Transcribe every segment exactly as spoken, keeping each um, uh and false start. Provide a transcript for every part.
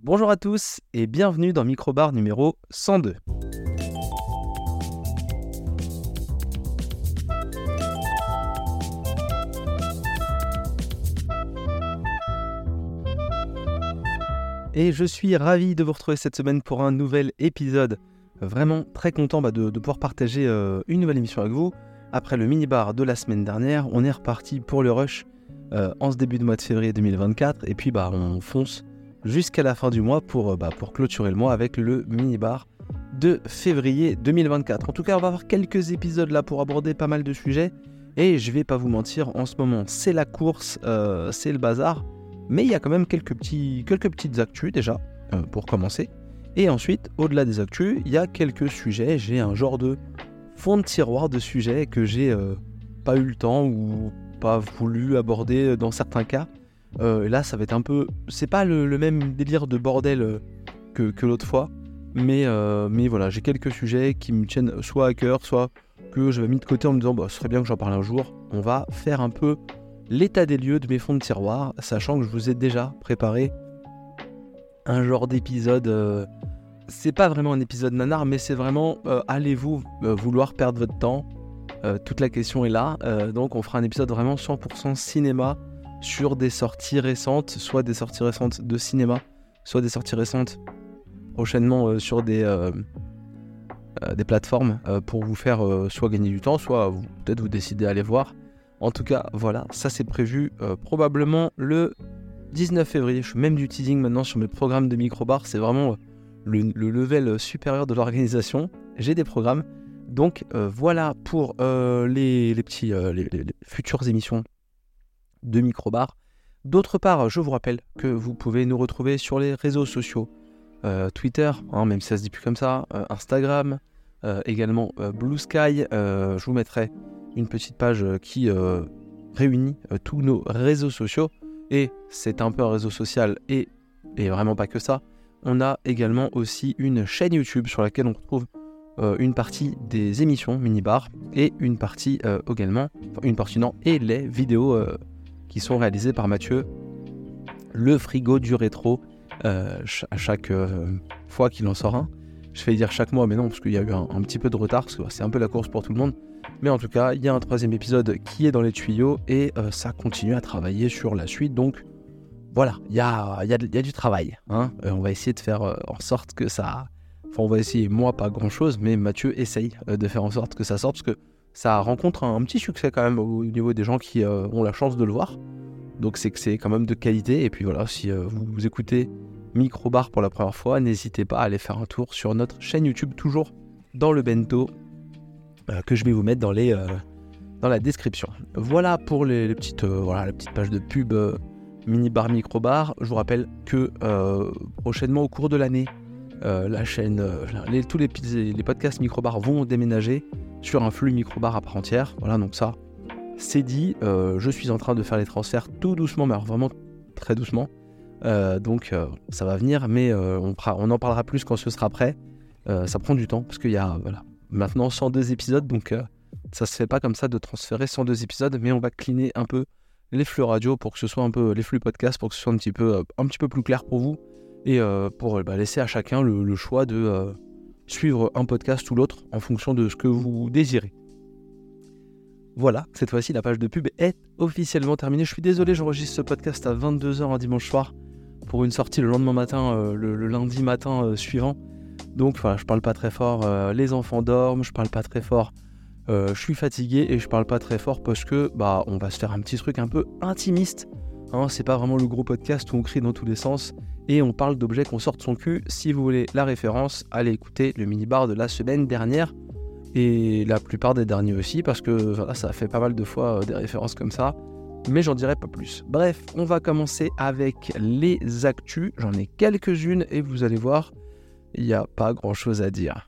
Bonjour à tous et bienvenue dans Microbar numéro cent deux. Et je suis ravi de vous retrouver cette semaine pour un nouvel épisode. Vraiment très content bah, de, de pouvoir partager euh, une nouvelle émission avec vous. Après le mini-bar de la semaine dernière, on est reparti pour le rush euh, en ce début de mois de février deux mille vingt-quatre. Et puis bah, on fonce jusqu'à la fin du mois pour, bah, pour clôturer le mois avec le mini-bar de février deux mille vingt-quatre. En tout cas, on va avoir quelques épisodes là pour aborder pas mal de sujets. Et je vais pas vous mentir, en ce moment, c'est la course, euh, c'est le bazar. Mais il y a quand même quelques, petits, quelques petites actus déjà, euh, pour commencer. Et ensuite, au-delà des actus, il y a quelques sujets. J'ai un genre de fond de tiroir de sujets que j'ai euh, pas eu le temps ou pas voulu aborder dans certains cas. Euh, là, ça va être un peu... C'est pas le, le même délire de bordel euh, que, que l'autre fois. Mais, euh, mais voilà, j'ai quelques sujets qui me tiennent soit à cœur, soit que j'avais mis de côté en me disant bah, ce serait bien que j'en parle un jour. On va faire un peu l'état des lieux de mes fonds de tiroir, sachant que je vous ai déjà préparé un genre d'épisode, euh, c'est pas vraiment un épisode nanar, mais c'est vraiment euh, allez-vous euh, vouloir perdre votre temps, euh, toute la question est là, euh, donc on fera un épisode vraiment cent pour cent cinéma sur des sorties récentes, soit des sorties récentes de cinéma, soit des sorties récentes prochainement euh, sur des, euh, euh, des plateformes euh, pour vous faire euh, soit gagner du temps, soit vous, peut-être vous décider à aller voir. En tout cas, voilà, ça c'est prévu euh, probablement le dix-neuf février. Je fais même du teasing maintenant sur mes programmes de microbar. C'est vraiment euh, le, le level supérieur de l'organisation. J'ai des programmes. Donc euh, voilà pour euh, les, les, petits, euh, les, les, les futures émissions de microbar. D'autre part, je vous rappelle que vous pouvez nous retrouver sur les réseaux sociaux. Euh, Twitter, hein, même si ça se dit plus comme ça, euh, Instagram, euh, également euh, Blue Sky. Euh, je vous mettrai une petite page qui euh, réunit euh, tous nos réseaux sociaux. Et c'est un peu un réseau social et, et vraiment pas que ça. On a également aussi une chaîne YouTube sur laquelle on retrouve euh, une partie des émissions mini-bar et une partie euh, également, enfin une partie non, et les vidéos euh, qui sont réalisées par Mathieu, le frigo du rétro, euh, ch- à chaque euh, fois qu'il en sort un. Je vais dire chaque mois, mais non, parce qu'il y a eu un, un petit peu de retard, parce que c'est un peu la course pour tout le monde. Mais en tout cas, il y a un troisième épisode qui est dans les tuyaux et euh, ça continue à travailler sur la suite. Donc voilà, il y a, y a, y a du travail. Hein. Euh, on va essayer de faire euh, en sorte que ça... Enfin, on va essayer, moi, pas grand-chose, mais Mathieu essaye euh, de faire en sorte que ça sorte, parce que ça rencontre un, un petit succès quand même au niveau des gens qui euh, ont la chance de le voir. Donc c'est que c'est quand même de qualité. Et puis voilà, si euh, vous, vous écoutez Microbar pour la première fois, n'hésitez pas à aller faire un tour sur notre chaîne YouTube, toujours dans le bento, euh, que je vais vous mettre dans, les, euh, dans la description. Voilà pour les, les petites, euh, voilà, la petite page de pub euh, mini-bar, micro-bar. Je vous rappelle que euh, prochainement, au cours de l'année, euh, la chaîne, euh, les, tous les, les podcasts micro-bar vont déménager sur un flux micro-bar à part entière. Voilà, donc ça, c'est dit. Euh, je suis en train de faire les transferts tout doucement, mais alors vraiment très doucement. Euh, donc euh, ça va venir, mais euh, on, on en parlera plus quand ce sera prêt. Euh, ça prend du temps, parce qu'il y a voilà, maintenant cent deux épisodes, donc euh, ça se fait pas comme ça de transférer cent deux épisodes, mais on va cleaner un peu les flux radio pour que ce soit un peu, les flux podcast, pour que ce soit un petit peu, un petit peu plus clair pour vous, et euh, pour bah, laisser à chacun le, le choix de euh, suivre un podcast ou l'autre en fonction de ce que vous désirez. Voilà, cette fois-ci la page de pub est officiellement terminée. Je suis désolé, j'enregistre ce podcast à vingt-deux heures un dimanche soir pour une sortie le lendemain matin, euh, le, le lundi matin euh, suivant. Donc voilà, je parle pas très fort, euh, les enfants dorment, je parle pas très fort, euh, je suis fatigué et je parle pas très fort parce que bah on va se faire un petit truc un peu intimiste. Hein, c'est pas vraiment le gros podcast où on crie dans tous les sens et on parle d'objets qu'on sort de son cul. Si vous voulez la référence, allez écouter le mini-bar de la semaine dernière et la plupart des derniers aussi, parce que voilà, ça fait pas mal de fois euh, des références comme ça. Mais j'en dirai pas plus. Bref, on va commencer avec les actus. J'en ai quelques-unes et vous allez voir, il n'y a pas grand-chose à dire.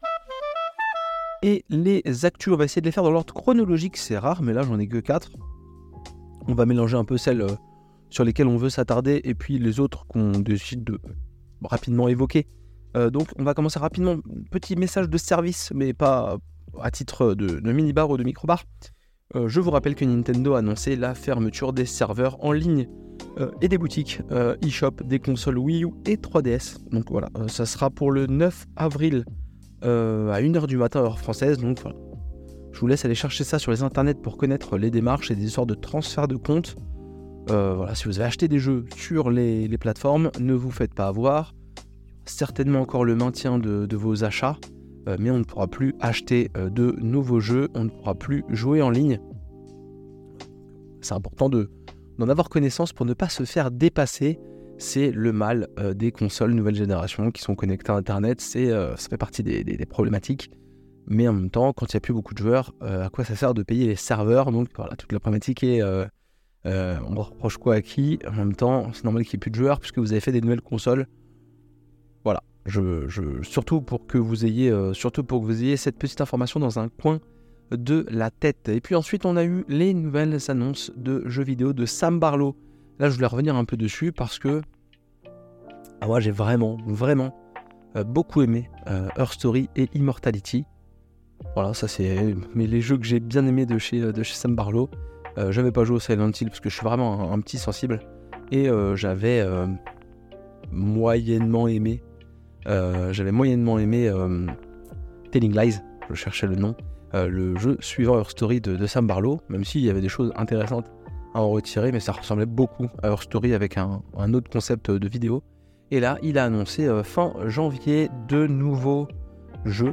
Et les actus, on va essayer de les faire dans l'ordre chronologique, c'est rare, mais là j'en ai que quatre. On va mélanger un peu celles euh, sur lesquelles on veut s'attarder et puis les autres qu'on décide de rapidement évoquer. Euh, donc on va commencer rapidement. Petit message de service, mais pas à titre de, de mini-bar ou de micro-bar. Euh, je vous rappelle que Nintendo a annoncé la fermeture des serveurs en ligne euh, et des boutiques euh, eShop des consoles Wii U et trois D S. Donc voilà, euh, ça sera pour le neuf avril euh, à une heure du matin heure française. Donc voilà, je vous laisse aller chercher ça sur les internets pour connaître les démarches et des histoires de transfert de compte. Euh, voilà, si vous avez acheté des jeux sur les, les plateformes, ne vous faites pas avoir. Certainement encore le maintien de, de vos achats, euh, mais on ne pourra plus acheter euh, de nouveaux jeux, on ne pourra plus jouer en ligne. C'est important de, d'en avoir connaissance pour ne pas se faire dépasser. C'est le mal euh, des consoles nouvelle génération qui sont connectées à Internet, c'est, euh, ça fait partie des, des, des problématiques. Mais en même temps, quand il n'y a plus beaucoup de joueurs, euh, à quoi ça sert de payer les serveurs? Donc voilà, toute la problématique est... Euh, Euh, on reproche quoi à qui? En même temps, c'est normal qu'il n'y ait plus de joueurs puisque vous avez fait des nouvelles consoles. Voilà, je, je, surtout pour que vous ayez, euh, surtout pour que vous ayez cette petite information dans un coin de la tête. Et puis ensuite, on a eu les nouvelles annonces de jeux vidéo de Sam Barlow. Là, je voulais revenir un peu dessus parce que ah, moi, j'ai vraiment, vraiment euh, beaucoup aimé euh, Her Story et Immortality. Voilà, ça c'est mais les jeux que j'ai bien aimés de chez, de chez Sam Barlow. Euh, j'avais pas joué au Silent Hill parce que je suis vraiment un, un petit sensible et euh, j'avais euh, moyennement aimé euh, j'avais moyennement aimé euh, Telling Lies, je cherchais le nom, euh, le jeu suivant Her Story de, de Sam Barlow, même s'il y avait des choses intéressantes à en retirer, mais ça ressemblait beaucoup à Her Story avec un, un autre concept de vidéo. Et là il a annoncé euh, fin janvier de nouveaux jeux.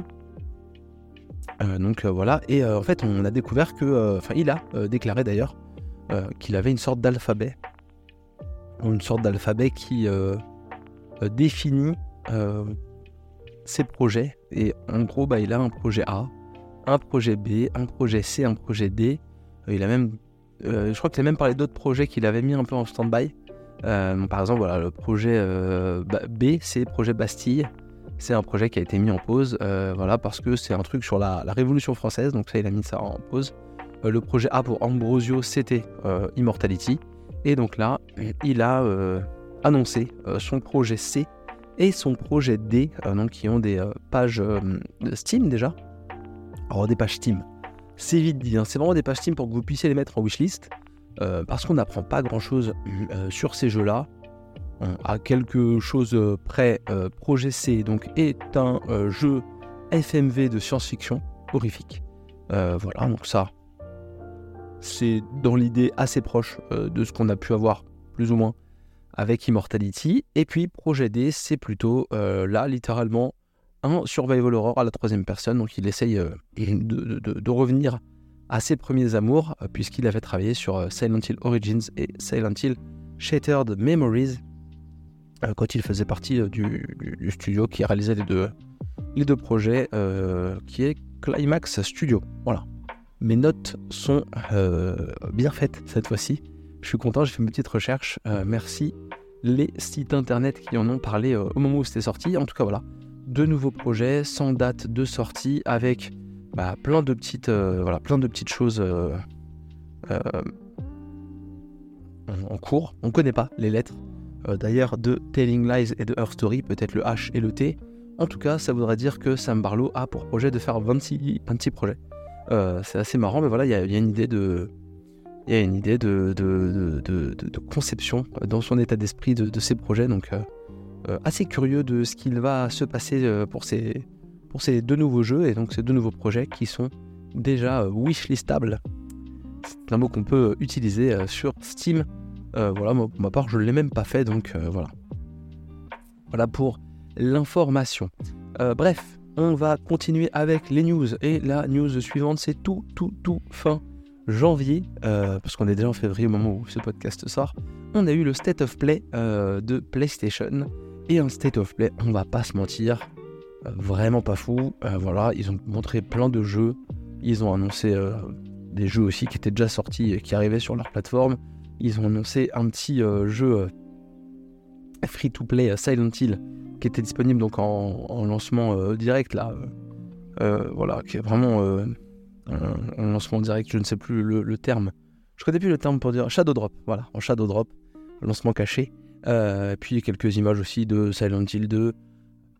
Euh, donc euh, voilà, et euh, en fait on a découvert que, enfin euh, il a euh, déclaré d'ailleurs euh, qu'il avait une sorte d'alphabet, une sorte d'alphabet qui euh, euh, définit euh, ses projets, et en gros bah, il a un projet A, un projet B, un projet C, un projet D, euh, il a même, euh, je crois qu'il a même parlé d'autres projets qu'il avait mis un peu en stand-by, euh, par exemple voilà le projet euh, B c'est le projet Bastille. C'est un projet qui a été mis en pause, euh, voilà, parce que c'est un truc sur la, la Révolution française, donc ça il a mis ça en pause. Euh, le projet A pour Ambrosio c'était euh, Immortality, et donc là il a euh, annoncé euh, son projet C et son projet D, euh, donc qui ont des euh, pages euh, Steam déjà. Alors des pages Steam, c'est vite dit, hein, c'est vraiment des pages Steam pour que vous puissiez les mettre en wishlist, euh, parce qu'on n'apprend pas grand chose euh, sur ces jeux-là. À quelque chose près, euh, Projet C donc, est un euh, jeu F M V de science-fiction horrifique. Euh, voilà, donc ça, c'est dans l'idée assez proche euh, de ce qu'on a pu avoir, plus ou moins, avec Immortality. Et puis Projet D, c'est plutôt, euh, là, littéralement, un survival horror à la troisième personne. Donc il essaye euh, de, de, de revenir à ses premiers amours, euh, puisqu'il avait travaillé sur euh, Silent Hill Origins et Silent Hill Shattered Memories, quand il faisait partie euh, du, du studio qui réalisait les deux, les deux projets, euh, qui est Climax Studio. Voilà. Mes notes sont euh, bien faites cette fois-ci. Je suis content, j'ai fait une petite recherche. Euh, merci les sites internet qui en ont parlé euh, au moment où c'était sorti. En tout cas, voilà. Deux nouveaux projets sans date de sortie avec bah, plein, de petites, euh, voilà, plein de petites choses euh, euh, en cours. On ne connaît pas les lettres. Euh, d'ailleurs de Telling Lies et de Her Story, peut-être le H et le T. En tout cas, ça voudrait dire que Sam Barlow a pour projet de faire vingt-six, vingt-six projets. Euh, c'est assez marrant, mais voilà, il y, y a une idée de, il y a une idée de, de, de, de, de conception dans son état d'esprit de, de ces projets. Donc, euh, euh, assez curieux de ce qu'il va se passer pour ces, pour ces deux nouveaux jeux et donc ces deux nouveaux projets qui sont déjà euh, wishlistables. C'est un mot qu'on peut utiliser euh, sur Steam. Euh, voilà, moi, pour ma part, je ne l'ai même pas fait, donc euh, voilà. Voilà pour l'information. Euh, bref, on va continuer avec les news. Et la news suivante, c'est tout, tout, tout fin janvier, euh, parce qu'on est déjà en février au moment où ce podcast sort. On a eu le State of Play euh, de PlayStation. Et un State of Play, on va pas se mentir, euh, vraiment pas fou. Euh, voilà, ils ont montré plein de jeux. Ils ont annoncé euh, des jeux aussi qui étaient déjà sortis et qui arrivaient sur leur plateforme. Ils ont annoncé un petit euh, jeu euh, free-to-play euh, Silent Hill qui était disponible donc en, en lancement euh, direct là, euh, euh, voilà, qui est vraiment euh, un, un lancement direct, je ne sais plus le, le terme. Je connais plus le terme pour dire Shadow Drop, voilà, en Shadow Drop, lancement caché. Euh, puis quelques images aussi de Silent Hill deux.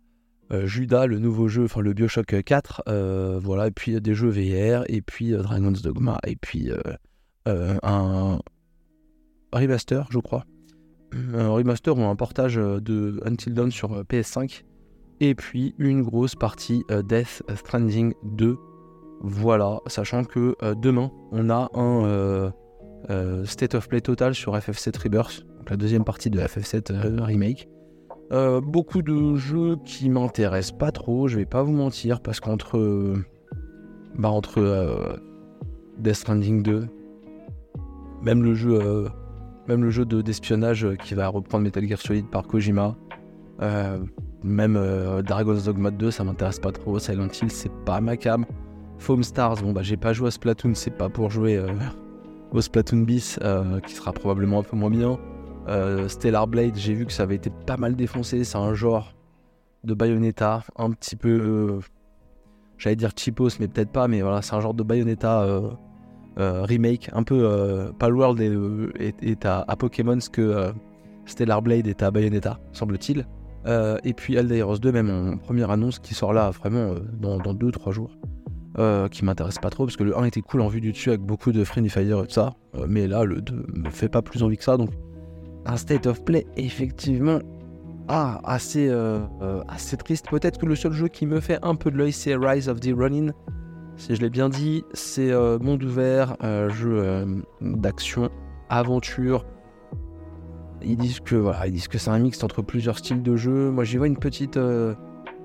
euh, Judas, le nouveau jeu, enfin le BioShock quatre, euh, voilà, et puis des jeux V R, et puis euh, Dragon's Dogma, et puis euh, euh, un remaster, je crois. Un remaster ou un portage de Until Dawn sur P S cinq, et puis une grosse partie euh, Death Stranding deux. Voilà, sachant que euh, demain, on a un euh, euh, State of Play total sur F F sept Rebirth, donc la deuxième partie de F F sept euh, Remake. Euh, beaucoup de jeux qui m'intéressent pas trop, je vais pas vous mentir, parce qu'entre euh, bah entre euh, Death Stranding deux, même le jeu, euh, même le jeu de, d'espionnage qui va reprendre Metal Gear Solid par Kojima, euh, même euh, Dragon's Dogma deux, ça m'intéresse pas trop. Silent Hill, c'est pas ma cam. Foam Stars, bon bah j'ai pas joué à Splatoon, c'est pas pour jouer euh, au Splatoon bis, euh, qui sera probablement un peu moins bien. Euh, Stellar Blade, j'ai vu que ça avait été pas mal défoncé, c'est un genre de Bayonetta, un petit peu, euh, j'allais dire cheapos, mais peut-être pas, mais voilà, c'est un genre de Bayonetta euh, euh, remake, un peu euh, Palworld est, euh, est, est à, à Pokémon ce que euh, Stellar Blade est à Bayonetta, semble-t-il. Euh, et puis Helldivers deux, même en première annonce qui sort là vraiment euh, dans deux trois jours. Euh, qui m'intéresse pas trop parce que le un était cool en vue du dessus avec beaucoup de Friendly Fire et tout ça, euh, mais là le deux me fait pas plus envie que ça, donc un State of Play effectivement ah, assez, euh, euh, assez triste. Peut-être que le seul jeu qui me fait un peu de l'œil c'est Rise of the Ronin, si je l'ai bien dit, c'est euh, monde ouvert, euh, jeu euh, d'action, aventure. Ils disent que voilà, ils disent que c'est un mix entre plusieurs styles de jeu. Moi j'y vois une petite euh,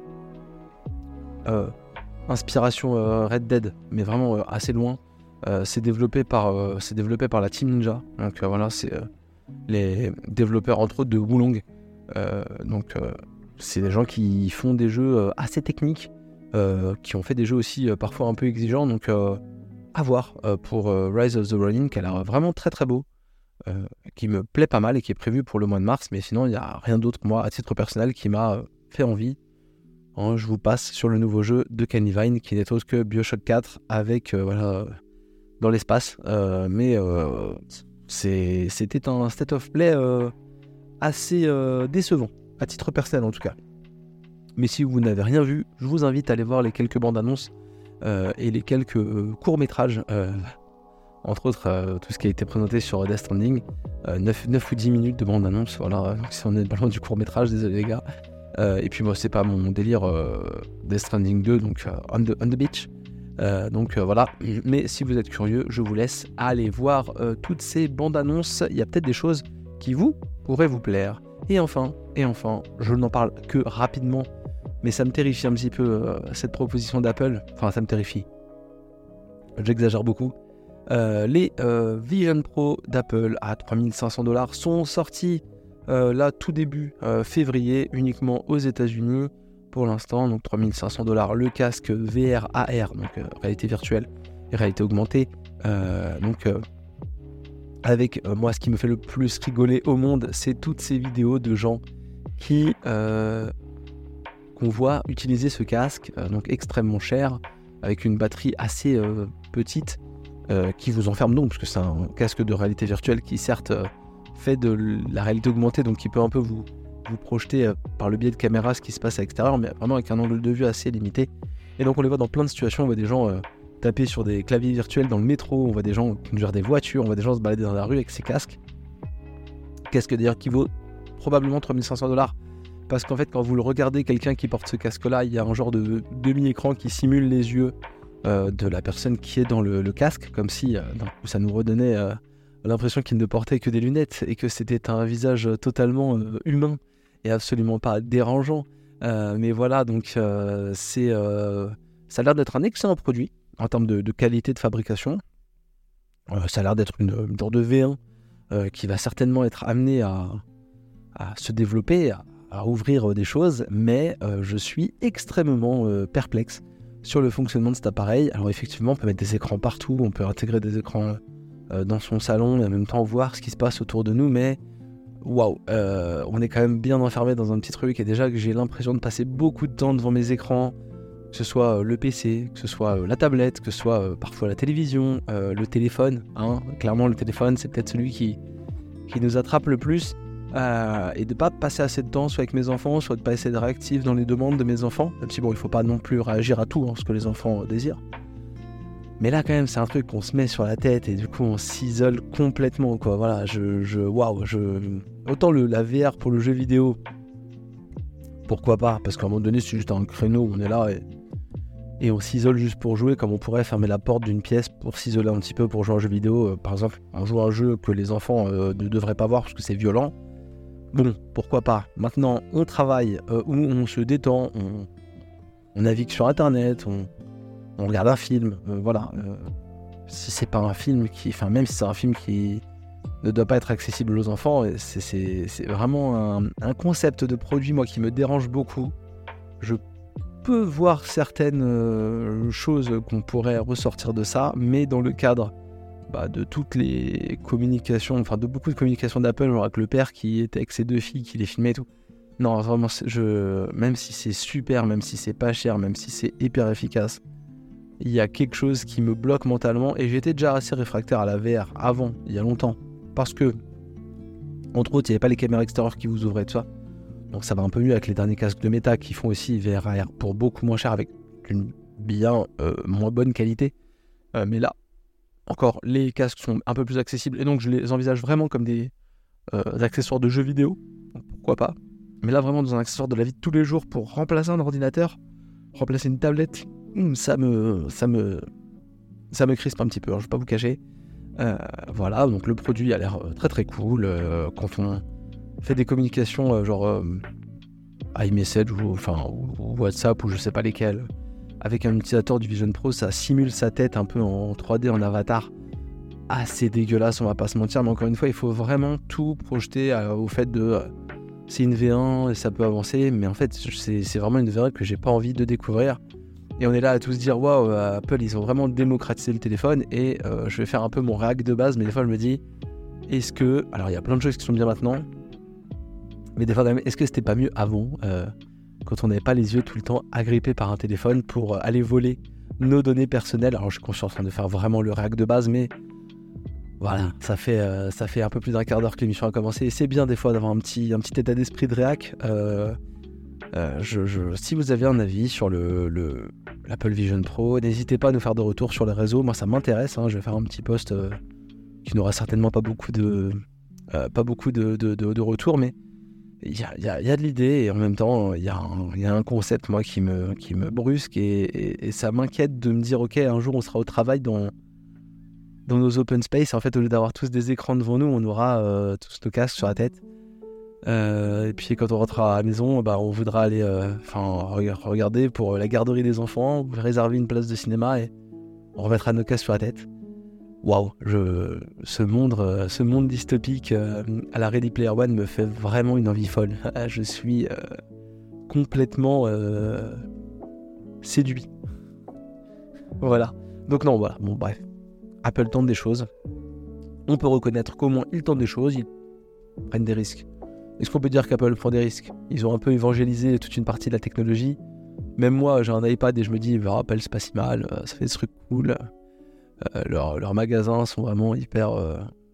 euh, inspiration euh, Red Dead, mais vraiment euh, assez loin. Euh, c'est développé par euh, c'est développé par la Team Ninja. Donc euh, voilà, c'est euh, les développeurs entre autres de Wulong. Euh, donc euh, c'est des gens qui font des jeux euh, assez techniques, euh, qui ont fait des jeux aussi euh, parfois un peu exigeants. Donc euh, à voir euh, pour euh, Rise of the Ronin, qui a l'air vraiment très très beau, euh, qui me plaît pas mal et qui est prévu pour le mois de mars. Mais sinon il n'y a rien d'autre moi à titre personnel qui m'a euh, fait envie. Je vous passe sur le nouveau jeu de Kenny Vine qui n'est autre que BioShock quatre avec euh, voilà dans l'espace, euh, mais euh, c'est, c'était un state of play euh, assez euh, décevant à titre personnel en tout cas. Mais si vous n'avez rien vu, je vous invite à aller voir les quelques bandes annonces euh, et les quelques euh, courts métrages, euh, entre autres euh, tout ce qui a été présenté sur Death Stranding, euh, neuf, neuf ou dix minutes de bande annonce. Voilà, donc si on est pas loin du court métrage, désolé les gars. Euh, et puis moi c'est pas mon délire euh, Death Stranding deux, donc euh, on, the, on the beach, euh, donc euh, voilà. Mais si vous êtes curieux, je vous laisse aller voir euh, toutes ces bandes annonces, il y a peut-être des choses qui vous pourraient vous plaire. Et enfin, et enfin, je n'en parle que rapidement, mais ça me terrifie un petit peu euh, cette proposition d'Apple, enfin ça me terrifie, j'exagère beaucoup. Euh, les euh, Vision Pro d'Apple à trois mille cinq cents dollars sont sortis Euh, là tout début euh, février uniquement aux États-Unis pour l'instant, donc trois mille cinq cents dollars le casque V R A R, donc euh, réalité virtuelle et réalité augmentée, euh, donc euh, avec euh, moi ce qui me fait le plus rigoler au monde, c'est toutes ces vidéos de gens qui euh, qu'on voit utiliser ce casque, euh, donc extrêmement cher, avec une batterie assez euh, petite, euh, qui vous enferme donc, parce que c'est un casque de réalité virtuelle qui certes euh, fait de la réalité augmentée, donc qui peut un peu vous, vous projeter euh, par le biais de caméras ce qui se passe à l'extérieur, mais vraiment avec un angle de vue assez limité. Et donc on les voit dans plein de situations, on voit des gens euh, taper sur des claviers virtuels dans le métro, on voit des gens conduire des voitures, on voit des gens se balader dans la rue avec ces casques. Casque d'ailleurs qui vaut probablement trois mille cinq cents dollars, parce qu'en fait quand vous le regardez, quelqu'un qui porte ce casque-là, il y a un genre de demi-écran qui simule les yeux euh, de la personne qui est dans le, le casque, comme si euh, d'un coup, ça nous redonnait... Euh, l'impression qu'il ne portait que des lunettes et que c'était un visage totalement euh, humain et absolument pas dérangeant. Euh, mais voilà, donc euh, c'est, euh, ça a l'air d'être un excellent produit en termes de, de qualité de fabrication. Euh, ça a l'air d'être une, une sorte de V un euh, qui va certainement être amené à, à se développer, à, à ouvrir des choses, mais euh, je suis extrêmement euh, perplexe sur le fonctionnement de cet appareil. Alors effectivement, on peut mettre des écrans partout, on peut intégrer des écrans dans son salon et en même temps voir ce qui se passe autour de nous, mais waouh, euh, on est quand même bien enfermé dans un petit truc, et déjà que j'ai l'impression de passer beaucoup de temps devant mes écrans, que ce soit le P C, que ce soit la tablette, que ce soit euh, parfois la télévision, euh, le téléphone, hein. Clairement le téléphone c'est peut-être celui qui, qui nous attrape le plus, euh, et de pas passer assez de temps soit avec mes enfants, soit de pas essayer de réactif dans les demandes de mes enfants, même si bon, il faut pas non plus réagir à tout, hein, ce que les enfants désirent. Mais là, quand même, c'est un truc qu'on se met sur la tête et du coup, on s'isole complètement, quoi. Voilà, je, je, waouh, je, autant le, la V R pour le jeu vidéo, pourquoi pas, parce qu'à un moment donné, c'est juste un créneau où on est là et, et on s'isole juste pour jouer, comme on pourrait fermer la porte d'une pièce pour s'isoler un petit peu pour jouer à un jeu vidéo. Euh, par exemple, on joue à un jeu que les enfants euh, ne devraient pas voir parce que c'est violent. Bon, pourquoi pas. Maintenant, on travaille, euh, où on se détend, on, on navigue sur Internet, on... on regarde un film, euh, voilà. Euh, si c'est pas un film qui... Enfin, même si c'est un film qui ne doit pas être accessible aux enfants, c'est, c'est, c'est vraiment un, un concept de produit, moi, qui me dérange beaucoup. Je peux voir certaines euh, choses qu'on pourrait ressortir de ça, mais dans le cadre bah, de toutes les communications, enfin, de beaucoup de communications d'Apple, genre avec le père qui était avec ses deux filles, qui les filmait et tout. Non, vraiment, je, même si c'est super, même si c'est pas cher, même si c'est hyper efficace, il y a quelque chose qui me bloque mentalement et j'étais déjà assez réfractaire à la V R avant, il y a longtemps, parce que, entre autres, il n'y avait pas les caméras extérieures qui vous ouvraient, tout ça. Donc ça va un peu mieux avec les derniers casques de Meta qui font aussi V R A R pour beaucoup moins cher avec une bien euh, moins bonne qualité. Euh, mais là, encore, les casques sont un peu plus accessibles et donc je les envisage vraiment comme des, euh, des accessoires de jeux vidéo. Donc pourquoi pas. Mais là, vraiment dans un accessoire de la vie de tous les jours pour remplacer un ordinateur, remplacer une tablette, ça me, ça me, ça me crispe un petit peu, hein, je vais pas vous cacher. Euh, voilà, donc le produit a l'air très très cool. Euh, quand on fait des communications euh, genre euh, iMessage ou, enfin, ou, ou WhatsApp ou je sais pas lesquels, avec un utilisateur du Vision Pro, ça simule sa tête un peu en trois D, en avatar. Assez dégueulasse, on va pas se mentir, mais encore une fois, il faut vraiment tout projeter euh, au fait de... Euh, c'est une V un et ça peut avancer, mais en fait, c'est, c'est vraiment une V R que j'ai pas envie de découvrir. Et on est là à tous dire, waouh, Apple, ils ont vraiment démocratisé le téléphone, et euh, je vais faire un peu mon réac de base, mais des fois, je me dis, est-ce que... Alors, il y a plein de choses qui sont bien maintenant, mais des fois, quand même, est-ce que c'était pas mieux avant, euh, quand on n'avait pas les yeux tout le temps agrippés par un téléphone pour euh, aller voler nos données personnelles? Alors, je suis conscient en train de faire vraiment le réac de base, mais voilà, ça fait, euh, ça fait un peu plus d'un quart d'heure que l'émission a commencé, et c'est bien des fois d'avoir un petit, un petit état d'esprit de réac. Euh, euh, je, je, si vous avez un avis sur le, le, l'Apple Vision Pro, n'hésitez pas à nous faire de retours sur les réseaux, moi ça m'intéresse, hein, je vais faire un petit post euh, qui n'aura certainement pas beaucoup de, euh, pas beaucoup de, de, de, de retours, mais il y a, y, a, y a de l'idée, et en même temps il y, y a un concept moi qui me, qui me brusque, et, et, et ça m'inquiète de me dire ok, un jour on sera au travail dans, dans nos open space, en fait au lieu d'avoir tous des écrans devant nous, on aura euh, tous nos casques sur la tête. Euh, et puis quand on rentrera à la maison, bah, on voudra aller euh, regarder pour la garderie des enfants, réserver une place de cinéma et on remettra nos casques sur la tête. Waouh, je, ce monde, euh, ce monde dystopique euh, à la Ready Player One me fait vraiment une envie folle. Je suis euh, complètement euh, séduit. Voilà. Donc non, voilà. Bon, bref. Apple tente des choses. On peut reconnaître qu'au moins ils tentent des choses, ils prennent des risques. Est-ce qu'on peut dire qu'Apple prend des risques? Ils ont un peu évangélisé toute une partie de la technologie. Même moi, j'ai un iPad et je me dis, bah, Apple, c'est pas si mal, ça fait des trucs cool. Euh, leurs, leurs magasins sont vraiment hyper euh,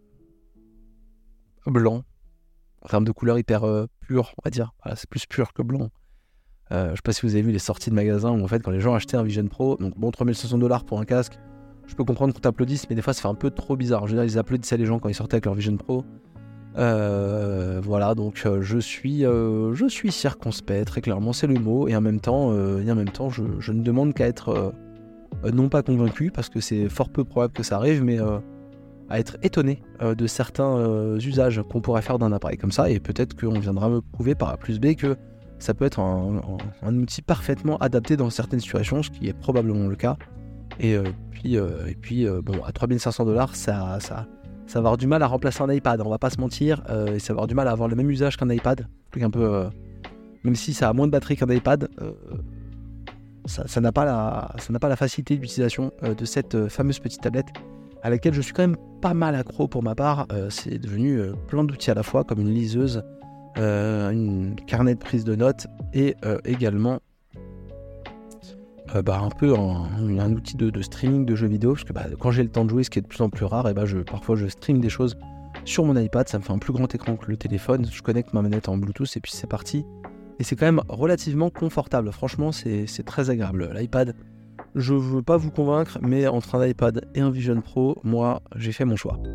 blancs. En termes de couleur, hyper euh, pur, on va dire. Voilà, c'est plus pur que blanc. Euh, je sais pas si vous avez vu les sorties de magasins où en fait, quand les gens achetaient un Vision Pro, donc bon, trois mille cinq cents dollars pour un casque, je peux comprendre qu'on t'applaudisse, mais des fois, ça fait un peu trop bizarre. Je veux dire, ils applaudissaient les gens quand ils sortaient avec leur Vision Pro. Euh, voilà, donc euh, je suis euh, je suis circonspect, très clairement, c'est le mot, et en même temps, euh, et en même temps je, je ne demande qu'à être euh, euh, non pas convaincu, parce que c'est fort peu probable que ça arrive, mais euh, à être étonné euh, de certains euh, usages qu'on pourrait faire d'un appareil comme ça, et peut-être qu'on viendra me prouver par A plus B que ça peut être un, un, un outil parfaitement adapté dans certaines situations, ce qui est probablement le cas. Et euh, puis, euh, et puis euh, bon, à trois mille cinq cents dollars, ça, ça, ça va avoir du mal à remplacer un iPad, on va pas se mentir, euh, et ça va avoir du mal à avoir le même usage qu'un iPad, un peu, euh, même si ça a moins de batterie qu'un iPad, euh, ça, ça n'a pas la, ça n'a pas la facilité d'utilisation euh, de cette euh, fameuse petite tablette, à laquelle je suis quand même pas mal accro pour ma part. Euh, c'est devenu euh, plein d'outils à la fois, comme une liseuse, euh, une carnet de prise de notes, et euh, également Euh, bah, un peu un, un outil de, de streaming de jeux vidéo, parce que bah, quand j'ai le temps de jouer, ce qui est de plus en plus rare, et bah, je, parfois je stream des choses sur mon iPad. Ça me fait un plus grand écran que le téléphone. Je connecte ma manette en Bluetooth et puis c'est parti. Et c'est quand même relativement confortable. Franchement, c'est, c'est très agréable. L'iPad, je ne veux pas vous convaincre, mais entre un iPad et un Vision Pro, moi, j'ai fait mon choix.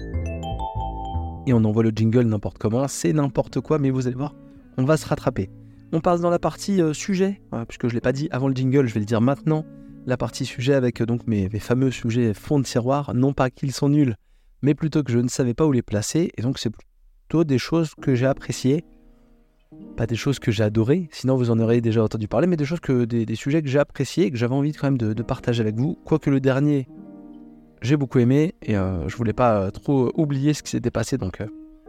Et on envoie le jingle n'importe comment. C'est n'importe quoi, mais vous allez voir, on va se rattraper. On passe dans la partie euh, sujet, euh, puisque je ne l'ai pas dit avant le jingle, je vais le dire maintenant. La partie sujet avec euh, donc mes, mes fameux sujets fond de tiroir. Non pas qu'ils sont nuls, mais plutôt que je ne savais pas où les placer. Et donc, c'est plutôt des choses que j'ai appréciées. Pas des choses que j'ai adorées, sinon vous en auriez déjà entendu parler, mais des choses que des, des sujets que j'ai appréciés et que j'avais envie quand même de, de partager avec vous. Quoique le dernier, j'ai beaucoup aimé et euh, je voulais pas euh, trop oublier ce qui s'était passé, donc euh,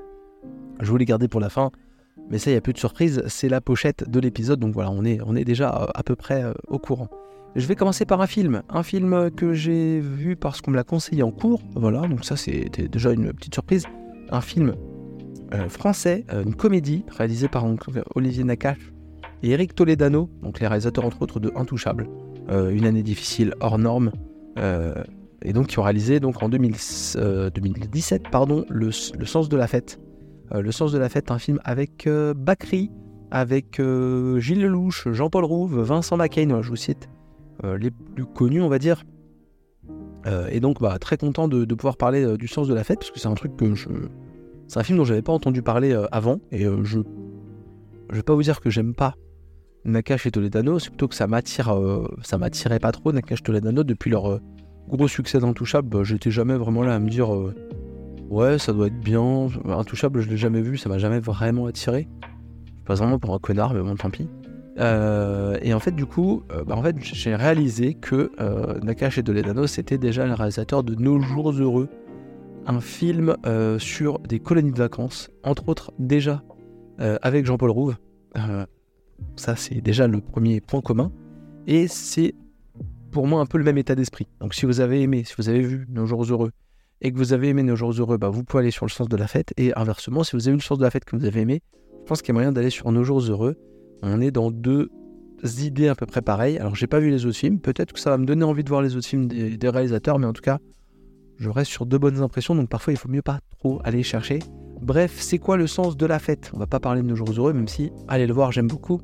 je voulais garder pour la fin. Mais ça, il n'y a plus de surprise, c'est la pochette de l'épisode, donc voilà, on est, on est déjà euh, à peu près euh, au courant. Je vais commencer par un film, un film que j'ai vu parce qu'on me l'a conseillé en cours, voilà, donc ça c'était déjà une petite surprise. Un film Euh, français, euh, une comédie réalisée par donc, Olivier Nakache et Eric Toledano, donc les réalisateurs entre autres de Intouchables, euh, Une année difficile hors norme, euh, et donc qui ont réalisé donc en deux mille, euh, deux mille dix-sept pardon, le, le Sens de la fête. Euh, le Sens de la fête, un film avec euh, Bakri, avec euh, Gilles Lelouch, Jean-Paul Rouve, Vincent Macaigne, voilà, je vous cite euh, les plus connus on va dire. Euh, et donc bah, très content de, de pouvoir parler euh, du Sens de la fête parce que c'est un truc que je C'est un film dont j'avais pas entendu parler euh, avant, et euh, je je vais pas vous dire que j'aime pas Nakache et Toledano, c'est plutôt que ça m'attire, euh, ça m'attirait pas trop Nakache et Toledano depuis leur euh, gros succès d'Intouchable. Bah, j'étais jamais vraiment là à me dire euh, ouais ça doit être bien. Intouchable je l'ai jamais vu, ça m'a jamais vraiment attiré. Je passe vraiment pour un connard, mais bon tant pis. Euh, et en fait du coup, euh, bah, en fait j'ai réalisé que euh, Nakache et Toledano c'était déjà le réalisateur de Nos Jours Heureux. Un film euh, sur des colonies de vacances, entre autres déjà euh, avec Jean-Paul Rouve. Euh, ça, c'est déjà le premier point commun. Et c'est pour moi un peu le même état d'esprit. Donc si vous avez aimé, si vous avez vu Nos Jours Heureux et que vous avez aimé Nos Jours Heureux, bah, vous pouvez aller sur Le Sens de la fête. Et inversement, si vous avez eu Le Sens de la fête que vous avez aimé, je pense qu'il y a moyen d'aller sur Nos Jours Heureux. On est dans deux idées à peu près pareilles. Alors j'ai pas vu les autres films, peut-être que ça va me donner envie de voir les autres films des, des réalisateurs, mais en tout cas, je reste sur de bonnes impressions, donc parfois il faut mieux pas trop aller chercher. Bref, c'est quoi le sens de la fête ? On va pas parler de Nos Jours Heureux, même si, allez le voir, j'aime beaucoup.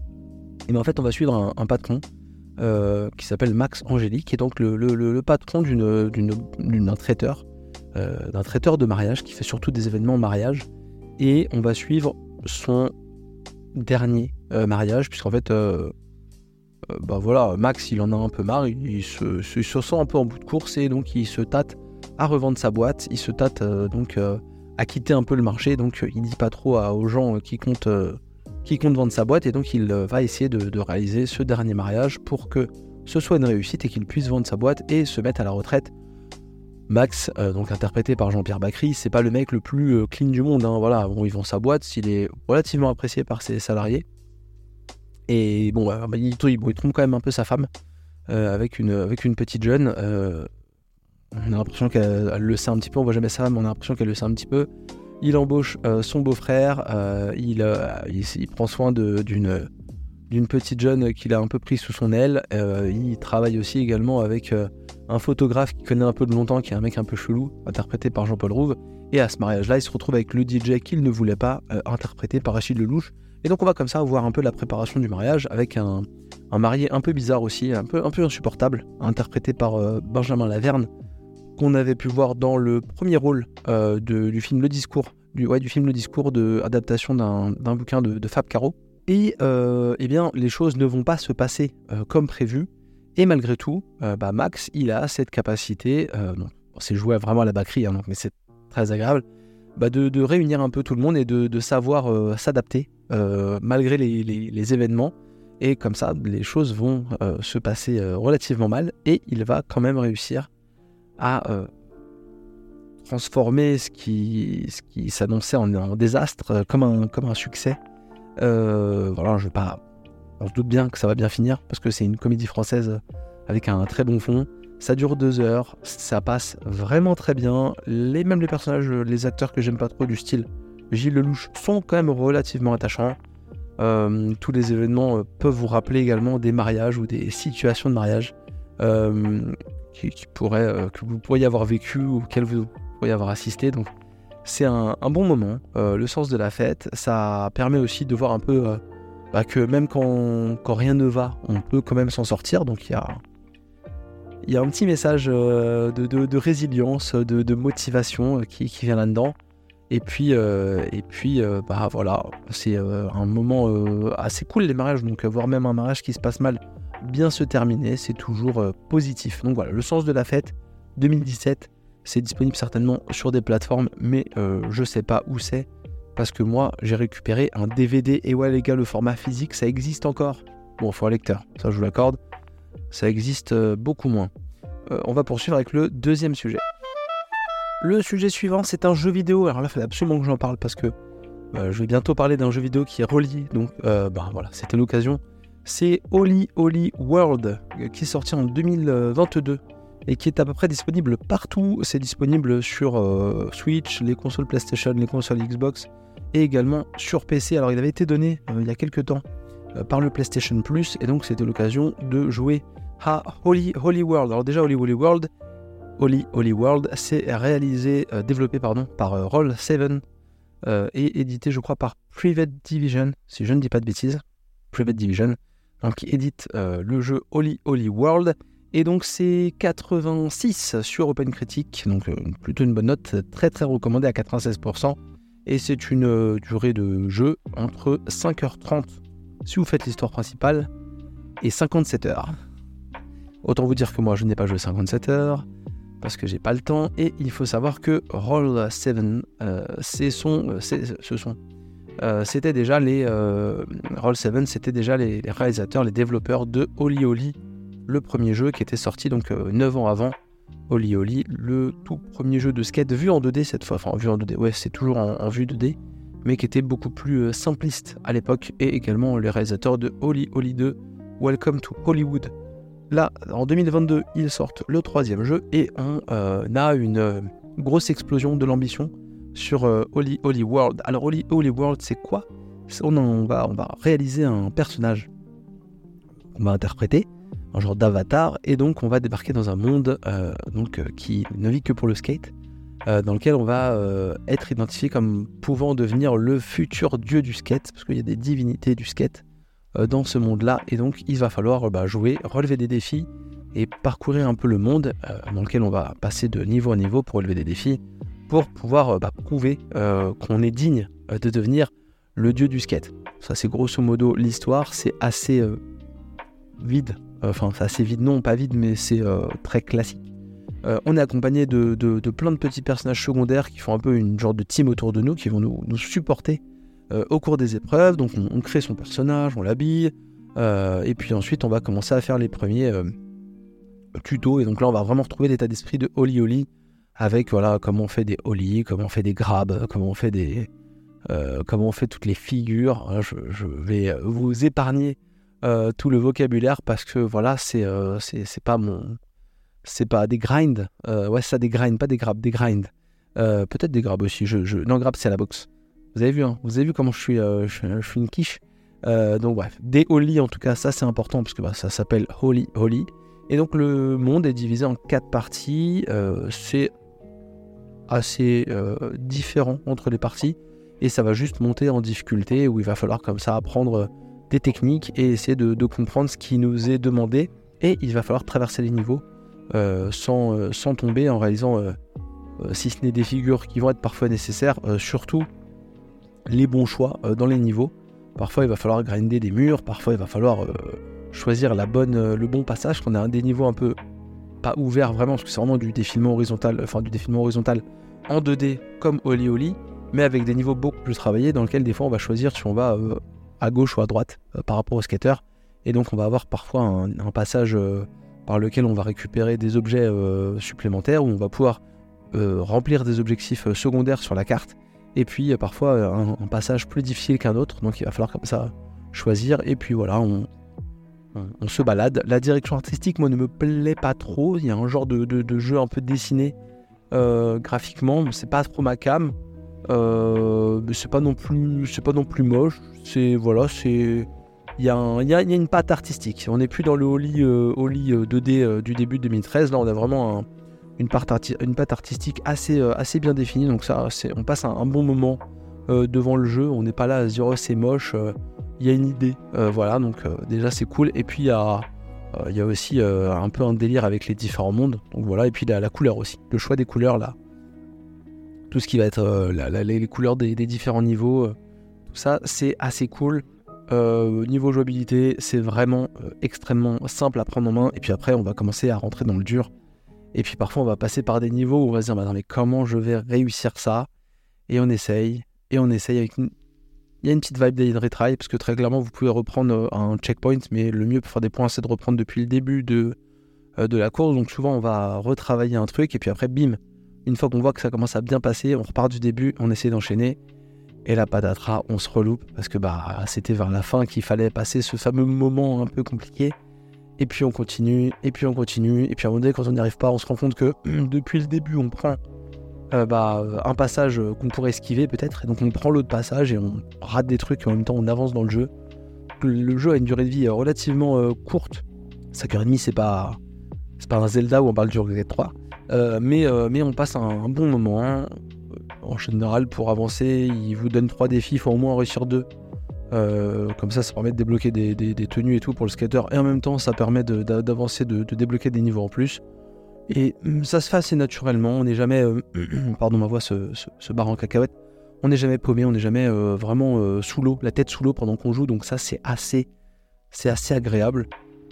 Et bien en fait, on va suivre un, un patron euh, qui s'appelle Max Angélique, qui est donc le, le, le, le patron d'une, d'une, d'une, d'un traiteur, euh, d'un traiteur de mariage, qui fait surtout des événements mariage. Et on va suivre son dernier euh, mariage, puisqu'en fait... Euh, Euh, bah voilà, Max il en a un peu marre, il, il, se, il se sent un peu en bout de course et donc il se tâte à revendre sa boîte, il se tâte euh, donc euh, à quitter un peu le marché, donc euh, il dit pas trop à, aux gens euh, qui, comptent, euh, qui comptent vendre sa boîte et donc il euh, va essayer de, de réaliser ce dernier mariage pour que ce soit une réussite et qu'il puisse vendre sa boîte et se mettre à la retraite. Max, euh, donc interprété par Jean-Pierre Bacry, c'est pas le mec le plus euh, clean du monde, hein, voilà, bon, il vend sa boîte, il est relativement apprécié par ses salariés. Et bon, bah, il, il, bon, il trompe quand même un peu sa femme euh, avec, une, avec une petite jeune. Euh, on a l'impression qu'elle elle le sait un petit peu, on voit jamais sa femme, mais on a l'impression qu'elle le sait un petit peu. Il embauche euh, son beau-frère, euh, il, euh, il, il prend soin de, d'une, d'une petite jeune qu'il a un peu pris sous son aile. Euh, il travaille aussi également avec euh, un photographe qui connaît un peu de longtemps, qui est un mec un peu chelou, interprété par Jean-Paul Rouve. Et à ce mariage-là, il se retrouve avec le D J qu'il ne voulait pas, euh, interprété par Achille Lelouch. Et donc on va comme ça voir un peu la préparation du mariage avec un, un marié un peu bizarre aussi, un peu, un peu insupportable, interprété par euh, Benjamin Laverne, qu'on avait pu voir dans le premier rôle euh, de, du film Le Discours, du, ouais, du film Le Discours, de adaptation d'un, d'un bouquin de, de Fab Caro. Et euh, eh bien les choses ne vont pas se passer euh, comme prévu. Et malgré tout, euh, bah Max, il a cette capacité, euh, non, c'est joué vraiment à la Bacri, hein, donc, mais c'est très agréable, bah de, de réunir un peu tout le monde et de, de savoir euh, s'adapter euh, malgré les, les, les événements. Et comme ça, les choses vont euh, se passer euh, relativement mal et il va quand même réussir à euh, transformer ce qui, ce qui s'annonçait en, en désastre euh, comme, un, comme un succès. Euh, voilà, je vais pas... On se doute bien que ça va bien finir parce que c'est une comédie française avec un très bon fond. Ça dure deux heures, ça passe vraiment très bien. Les, même les personnages, les acteurs que j'aime pas trop du style Gilles Lelouch sont quand même relativement attachants. Euh, tous les événements euh, peuvent vous rappeler également des mariages ou des situations de mariage euh, qui, qui pourraient, euh, que vous pourriez avoir vécu ou auxquelles vous pourriez avoir assisté. Donc c'est un, un bon moment, euh, le sens de la fête. Ça permet aussi de voir un peu euh, bah, que même quand, quand rien ne va, on peut quand même s'en sortir. Donc il y a, y a un petit message euh, de, de, de résilience, de, de motivation euh, qui, qui vient là-dedans. Et puis, euh, et puis euh, bah, voilà, c'est euh, un moment euh, assez cool les mariages. Donc voir même un mariage qui se passe mal bien se terminer, c'est toujours euh, positif. Donc voilà, le sens de la fête deux mille dix-sept. C'est disponible certainement sur des plateformes, mais euh, je sais pas où c'est, parce que moi, j'ai récupéré un D V D, et ouais les gars, le format physique, ça existe encore. Bon, il faut un lecteur, ça je vous l'accorde, ça existe euh, beaucoup moins. Euh, on va poursuivre avec le deuxième sujet. Le sujet suivant, c'est un jeu vidéo. Alors là, il fallait absolument que j'en parle, parce que euh, je vais bientôt parler d'un jeu vidéo qui est relié, donc euh, bah, voilà, c'était l'occasion. C'est Holy Holy World, qui est sorti en deux mille vingt-deux, et qui est à peu près disponible partout. C'est disponible sur euh, Switch, les consoles PlayStation, les consoles Xbox, et également sur P C. Alors il avait été donné euh, il y a quelques temps euh, par le PlayStation Plus, et donc c'était l'occasion de jouer à Holy Holy World. Alors déjà Holy Holy World, Holy Holy World, c'est réalisé, euh, développé pardon, par euh, Roll sept euh, et édité je crois par Private Division, si je ne dis pas de bêtises. Private Division, donc qui édite euh, le jeu Holy Holy World. Et donc c'est quatre-vingt-six sur OpenCritic, donc euh, plutôt une bonne note, très très recommandée à quatre-vingt-seize pour cent. Et c'est une euh, durée de jeu entre cinq heures trente si vous faites l'histoire principale et cinquante-sept heures. Autant vous dire que moi je n'ai pas joué cinquante-sept heures parce que j'ai pas le temps. Et il faut savoir que Roll sept, euh, c'est son, euh, c'est, ce sont, euh, c'était déjà les euh, Roll sept, c'était déjà les, les réalisateurs, les développeurs de Holy Holy, le premier jeu qui était sorti donc euh, neuf ans avant. Holy Holy, le tout premier jeu de skate vu en deux D cette fois, enfin vu en deux D, ouais c'est toujours en, en vue deux D, mais qui était beaucoup plus euh, simpliste à l'époque, et également les réalisateurs de Holy Holy deux, Welcome to Hollywood. Là, en deux mille vingt-deux, ils sortent le troisième jeu, et on euh, a une euh, grosse explosion de l'ambition sur euh, Holy Holy World. Alors Holy Holy World, c'est quoi ? on, on, va, on va réaliser un personnage qu'on va interpréter, un genre d'avatar, et donc on va débarquer dans un monde euh, donc, euh, qui ne vit que pour le skate, euh, dans lequel on va euh, être identifié comme pouvant devenir le futur dieu du skate, parce qu'il y a des divinités du skate euh, dans ce monde-là, et donc il va falloir euh, bah, jouer, relever des défis, et parcourir un peu le monde euh, dans lequel on va passer de niveau à niveau pour relever des défis, pour pouvoir euh, bah, prouver euh, qu'on est digne euh, de devenir le dieu du skate. Ça c'est grosso modo l'histoire, c'est assez euh, vide. Enfin, c'est assez vide, non pas vide, mais c'est euh, très classique. Euh, on est accompagné de, de, de plein de petits personnages secondaires qui font un peu une genre de team autour de nous, qui vont nous, nous supporter euh, au cours des épreuves. Donc on, on crée son personnage, on l'habille, euh, et puis ensuite on va commencer à faire les premiers euh, tutos. Et donc là on va vraiment retrouver l'état d'esprit de Holy Holy, avec voilà comment on fait des Holy, comment on fait des grabs, comment on fait des, euh, comment on fait toutes les figures. Je, je vais vous épargner Euh, tout le vocabulaire, parce que voilà c'est euh, c'est, c'est pas mon c'est pas des grinds euh, ouais c'est ça, des grinds, pas des grabs, des grinds, euh, peut-être des grabs aussi, je, je... non grab c'est à la boxe, vous avez vu hein vous avez vu comment je suis euh, je, je suis une quiche, euh, donc bref des Holy en tout cas, ça c'est important parce que bah, ça s'appelle Holy Holy. Et donc le monde est divisé en quatre parties, euh, c'est assez euh, différent entre les parties, et ça va juste monter en difficulté, où il va falloir comme ça apprendre des techniques et essayer de, de comprendre ce qui nous est demandé, et il va falloir traverser les niveaux euh, sans, euh, sans tomber, en réalisant euh, euh, si ce n'est des figures qui vont être parfois nécessaires, euh, surtout les bons choix euh, dans les niveaux. Parfois il va falloir grinder des murs, parfois il va falloir euh, choisir la bonne, euh, le bon passage, qu'on a des niveaux un peu pas ouverts vraiment, parce que c'est vraiment du défilement horizontal, enfin du défilement horizontal en deux D comme Holy Holy, mais avec des niveaux beaucoup plus travaillés, dans lesquels des fois on va choisir si on va euh, à gauche ou à droite euh, par rapport au skater, et donc on va avoir parfois un, un passage euh, par lequel on va récupérer des objets euh, supplémentaires, où on va pouvoir euh, remplir des objectifs euh, secondaires sur la carte, et puis euh, parfois euh, un, un passage plus difficile qu'un autre, donc il va falloir comme ça choisir, et puis voilà on, on, on se balade. La direction artistique moi ne me plaît pas trop, il y a un genre de, de, de jeu un peu dessiné euh, graphiquement, c'est pas trop ma cam. Euh, mais c'est pas non plus c'est pas non plus moche, c'est voilà, c'est il y a un, il y a, il y a une patte artistique, on n'est plus dans le Holy euh, Holy deux D euh, du début de deux mille treize, là on a vraiment un, une, part arti- une patte artistique assez, euh, assez bien définie. Donc ça, c'est, on passe un, un bon moment euh, devant le jeu. On n'est pas là à se dire oh, c'est moche. Il euh, y a une idée. Euh, voilà, donc euh, déjà c'est cool. Et puis il y a, euh, y a aussi euh, un peu un délire avec les différents mondes. Donc voilà, et puis la, la couleur aussi. Le choix des couleurs là. Tout ce qui va être euh, la, la, les couleurs des, des différents niveaux. Euh, tout ça, c'est assez cool. Euh, niveau jouabilité, c'est vraiment euh, extrêmement simple à prendre en main. Et puis après, on va commencer à rentrer dans le dur. Et puis parfois, on va passer par des niveaux où on va se dire, mais attends, mais comment je vais réussir ça ? Et on essaye, et on essaye avec une... Il y a une petite vibe d'Alien Retry, parce que très clairement, vous pouvez reprendre euh, un checkpoint, mais le mieux pour faire des points, c'est de reprendre depuis le début de, euh, de la course. Donc souvent, on va retravailler un truc, et puis après, bim, une fois qu'on voit que ça commence à bien passer, on repart du début, on essaie d'enchaîner. Et la patatras, on se reloupe parce que bah, c'était vers la fin qu'il fallait passer ce fameux moment un peu compliqué. Et puis on continue, et puis on continue. Et puis à un moment donné, quand on n'y arrive pas, on se rend compte que depuis le début, on prend euh, bah, un passage qu'on pourrait esquiver peut-être. Et donc on prend l'autre passage et on rate des trucs et en même temps on avance dans le jeu. Le jeu a une durée de vie relativement euh, courte. cinq heures trente, c'est pas, c'est pas un Zelda où on parle du Regret trois. Euh, mais, euh, mais on passe un, un bon moment. Hein. En général, pour avancer, il vous donne trois défis, il faut au moins en réussir deux. Euh, comme ça, ça permet de débloquer des, des, des tenues et tout pour le skater. Et en même temps, ça permet de, d'avancer, de, de débloquer des niveaux en plus. Et ça se fait assez naturellement. On n'est jamais... Euh, pardon, ma voix se, se, se barre en cacahuète. On n'est jamais paumé, on n'est jamais euh, vraiment euh, sous l'eau, la tête sous l'eau pendant qu'on joue. Donc ça, c'est assez, c'est assez agréable.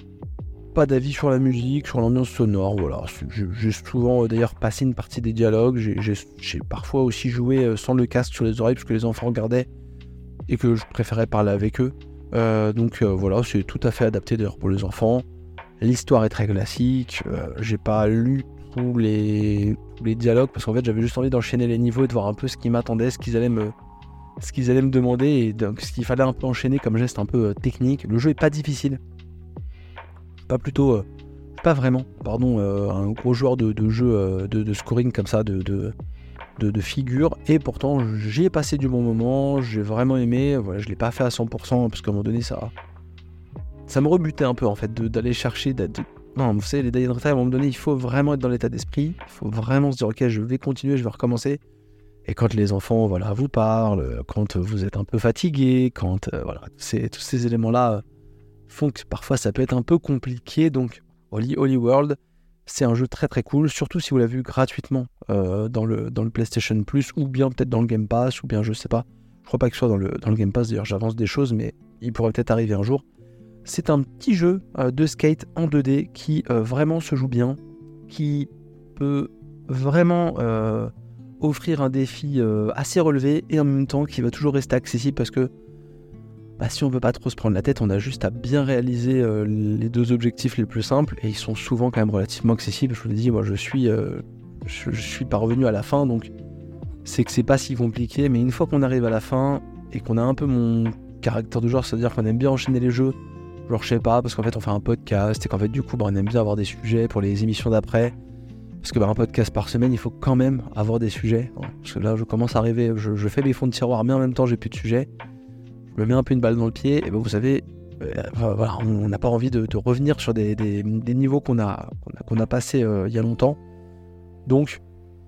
Pas d'avis sur la musique, sur l'ambiance sonore, voilà. J'ai, j'ai souvent euh, d'ailleurs passé une partie des dialogues, j'ai, j'ai, j'ai parfois aussi joué euh, sans le casque sur les oreilles parce que les enfants regardaient et que je préférais parler avec eux. Euh, donc euh, voilà, c'est tout à fait adapté d'ailleurs pour les enfants. L'histoire est très classique, euh, j'ai pas lu tous les, tous les dialogues parce qu'en fait j'avais juste envie d'enchaîner les niveaux et de voir un peu ce qui m'attendait, ce qu'ils allaient me, ce qu'ils allaient me demander et donc ce qu'il fallait un peu enchaîner comme geste un peu euh, technique. Le jeu est pas difficile. Pas plutôt, euh, pas vraiment, pardon, euh, un gros joueur de, de jeu euh, de, de scoring comme ça, de, de, de, de figure, et pourtant j'y ai passé du bon moment, j'ai vraiment aimé, voilà, je l'ai pas fait à cent pour cent parce qu'à un moment donné ça, ça me rebutait un peu en fait de, d'aller chercher, de, de... non, vous savez les Dying Retry à un moment donné il faut vraiment être dans l'état d'esprit, il faut vraiment se dire ok je vais continuer, je vais recommencer, et quand les enfants voilà vous parlent, quand vous êtes un peu fatigué, quand euh, voilà c'est, tous ces éléments là font que parfois ça peut être un peu compliqué. Donc Holy, Holy World, c'est un jeu très très cool, surtout si vous l'avez vu gratuitement euh, dans, le, dans le PlayStation Plus, ou bien peut-être dans le Game Pass, ou bien je sais pas, je crois pas que ce soit dans le, dans le Game Pass, d'ailleurs j'avance des choses, mais il pourrait peut-être arriver un jour. C'est un petit jeu euh, de skate en deux D qui euh, vraiment se joue bien, qui peut vraiment euh, offrir un défi euh, assez relevé, et en même temps qui va toujours rester accessible parce que bah, si on veut pas trop se prendre la tête, on a juste à bien réaliser euh, les deux objectifs les plus simples, et ils sont souvent quand même relativement accessibles. Je vous l'ai dit, moi je suis, euh, je, je suis parvenu à la fin, donc c'est que c'est pas si compliqué, mais une fois qu'on arrive à la fin, et qu'on a un peu mon caractère de joueur, c'est-à-dire qu'on aime bien enchaîner les jeux, genre je sais pas, parce qu'en fait on fait un podcast, et qu'en fait du coup bah, on aime bien avoir des sujets pour les émissions d'après, parce que bah, un podcast par semaine, il faut quand même avoir des sujets, hein, parce que là je commence à arriver, je, je fais les fonds de tiroir, mais en même temps j'ai plus de sujets. Je me mets un peu une balle dans le pied, et ben vous savez, euh, voilà, on n'a pas envie de, de revenir sur des, des, des niveaux qu'on a, qu'on a, qu'on a passés euh, il y a longtemps. Donc,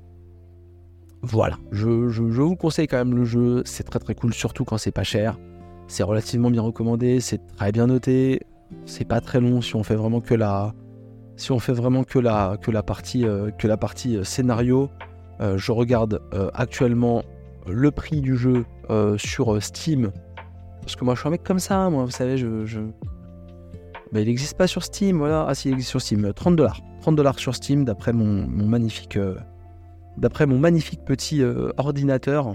voilà, je, je, je vous conseille quand même le jeu, c'est très très cool, surtout quand c'est pas cher. C'est relativement bien recommandé, c'est très bien noté, c'est pas très long si on fait vraiment que la, si on fait vraiment que la, que la partie, euh, que la partie euh, scénario. Euh, je regarde euh, actuellement le prix du jeu euh, sur euh, Steam. Parce que moi je suis un mec comme ça, moi vous savez, je... je... Bah, il n'existe pas sur Steam, voilà. Ah si, il existe sur Steam, trente dollars. trente dollars sur Steam d'après mon, mon magnifique... Euh... D'après mon magnifique petit euh, ordinateur.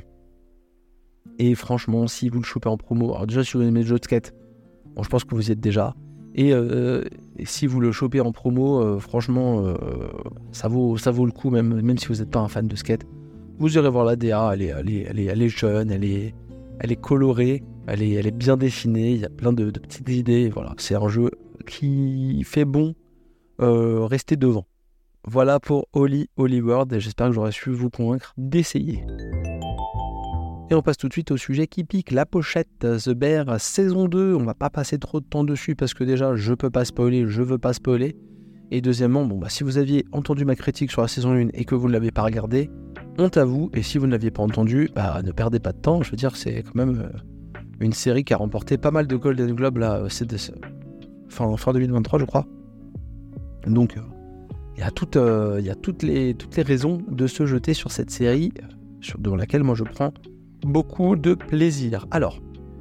Et franchement, si vous le chopez en promo, alors déjà si vous aimez le jeu de skate, bon je pense que vous y êtes déjà. Et, euh, et si vous le chopez en promo, euh, franchement, euh, ça, vaut, ça vaut le coup, même, même si vous n'êtes pas un fan de skate. Vous irez voir la D A, elle est, elle est, elle est, elle est jeune, elle est, elle est colorée. Elle est, elle est bien dessinée, il y a plein de, de petites idées, voilà, c'est un jeu qui fait bon euh, rester devant. Voilà pour Holy, Holy World, et j'espère que j'aurai su vous convaincre d'essayer. Et on passe tout de suite au sujet qui pique, la pochette, The Bear saison deux, on va pas passer trop de temps dessus parce que déjà je peux pas spoiler, je veux pas spoiler, Et deuxièmement, bon, bah, si vous aviez entendu ma critique sur la saison un et que vous ne l'avez pas regardée, honte à vous. Et si vous ne l'aviez pas entendu, bah, ne perdez pas de temps. Je veux dire, c'est quand même euh, une série qui a remporté pas mal de Golden Globes là, euh, c'est de, fin, fin deux mille vingt-trois, je crois. Donc, il euh, y a, tout, euh, y a toutes, les, toutes les raisons de se jeter sur cette série, euh, sur, dans laquelle moi je prends beaucoup de plaisir. Alors,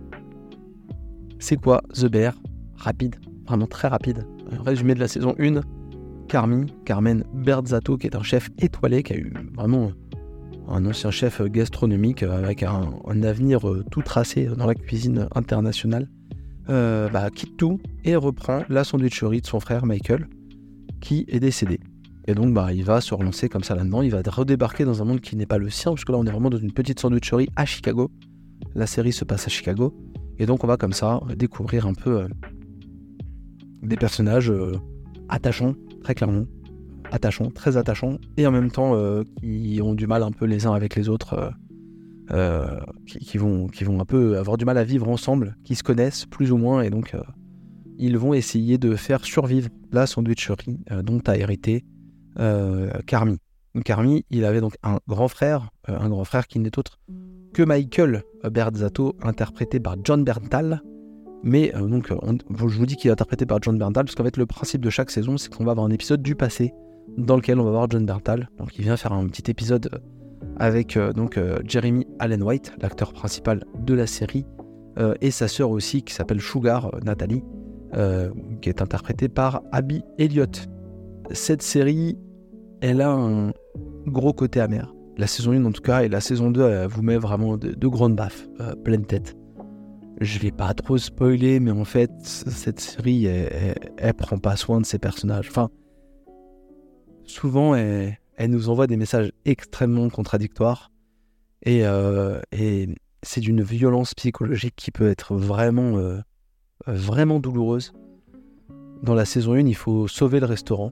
c'est quoi The Bear? Rapide, vraiment très rapide. Résumé de la saison un, Carmi, Carmen Berzatto, qui est un chef étoilé, qui a eu vraiment un ancien chef gastronomique avec un, un avenir tout tracé dans la cuisine internationale, euh, bah, quitte tout et reprend la sandwicherie de son frère Michael, qui est décédé. Et donc bah, il va se relancer comme ça là-dedans, il va redébarquer dans un monde qui n'est pas le sien, parce que là on est vraiment dans une petite sandwicherie à Chicago. La série se passe à Chicago, et donc on va comme ça découvrir un peu euh, des personnages euh, attachants, très clairement, attachants, très attachants, et en même temps euh, qui ont du mal un peu les uns avec les autres, euh, euh, qui, qui, vont, qui vont un peu avoir du mal à vivre ensemble, qui se connaissent plus ou moins, et donc euh, ils vont essayer de faire survivre la sandwicherie euh, dont a hérité euh, Carmi. Carmi, il avait donc un grand frère, euh, un grand frère qui n'est autre que Michael Berzatto, interprété par Jon Bernthal. Mais euh, donc, on, je vous dis qu'il est interprété par Jon Bernthal, parce qu'en fait, le principe de chaque saison, c'est qu'on va avoir un épisode du passé dans lequel on va voir Jon Bernthal. Donc, il vient faire un petit épisode avec euh, donc euh, Jeremy Allen White, l'acteur principal de la série, euh, et sa sœur aussi, qui s'appelle Sugar, euh, Nathalie, euh, qui est interprétée par Abby Elliott. Cette série, elle a un gros côté amer. La saison un, en tout cas, et la saison deux, elle vous met vraiment de, de grandes baffes, euh, pleine tête. Je vais pas trop spoiler, mais en fait, cette série, elle, elle, elle prend pas soin de ses personnages. Enfin, souvent, elle, elle nous envoie des messages extrêmement contradictoires, et, euh, et c'est d'une violence psychologique qui peut être vraiment, euh, vraiment douloureuse. Dans la saison un, il faut sauver le restaurant,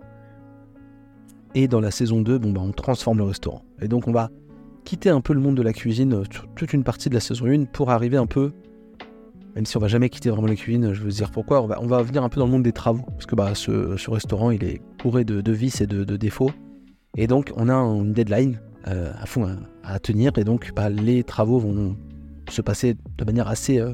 et dans la saison deux, bon, bah, on transforme le restaurant. Et donc, on va quitter un peu le monde de la cuisine, toute une partie de la saison un, pour arriver un peu, même si on va jamais quitter vraiment la cuisine, je veux dire pourquoi, on va, on va venir un peu dans le monde des travaux, parce que bah, ce, ce restaurant, il est bourré de, de vices et de, de défauts, et donc on a une deadline euh, à fond à, à tenir, et donc bah, les travaux vont se passer de manière assez euh,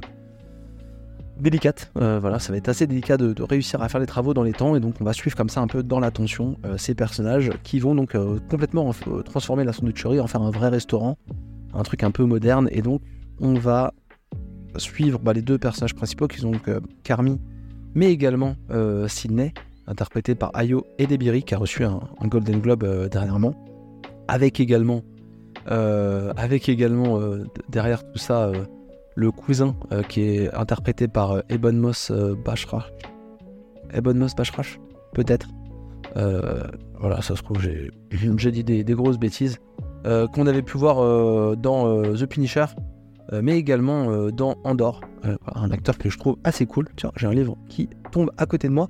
délicate, euh, voilà, ça va être assez délicat de, de réussir à faire les travaux dans les temps, et donc on va suivre comme ça un peu dans la tension euh, ces personnages qui vont donc euh, complètement euh, transformer la sandwicherie, en faire un vrai restaurant, un truc un peu moderne, et donc on va suivre bah, les deux personnages principaux qui sont donc euh, Carmi, mais également euh, Sydney, interprété par Ayo Edebiri, qui a reçu un, un Golden Globe euh, dernièrement, avec également, euh, avec également euh, derrière tout ça euh, le cousin euh, qui est interprété par euh, Ebon Moss euh, Bachrach. Ebon Moss Bachrach, peut-être. Euh, voilà, ça se trouve, j'ai, j'ai dit des, des grosses bêtises. Euh, qu'on avait pu voir euh, dans euh, The Punisher, euh, mais également euh, dans Andor, euh, un acteur que je trouve assez cool. Tiens, j'ai un livre qui tombe à côté de moi.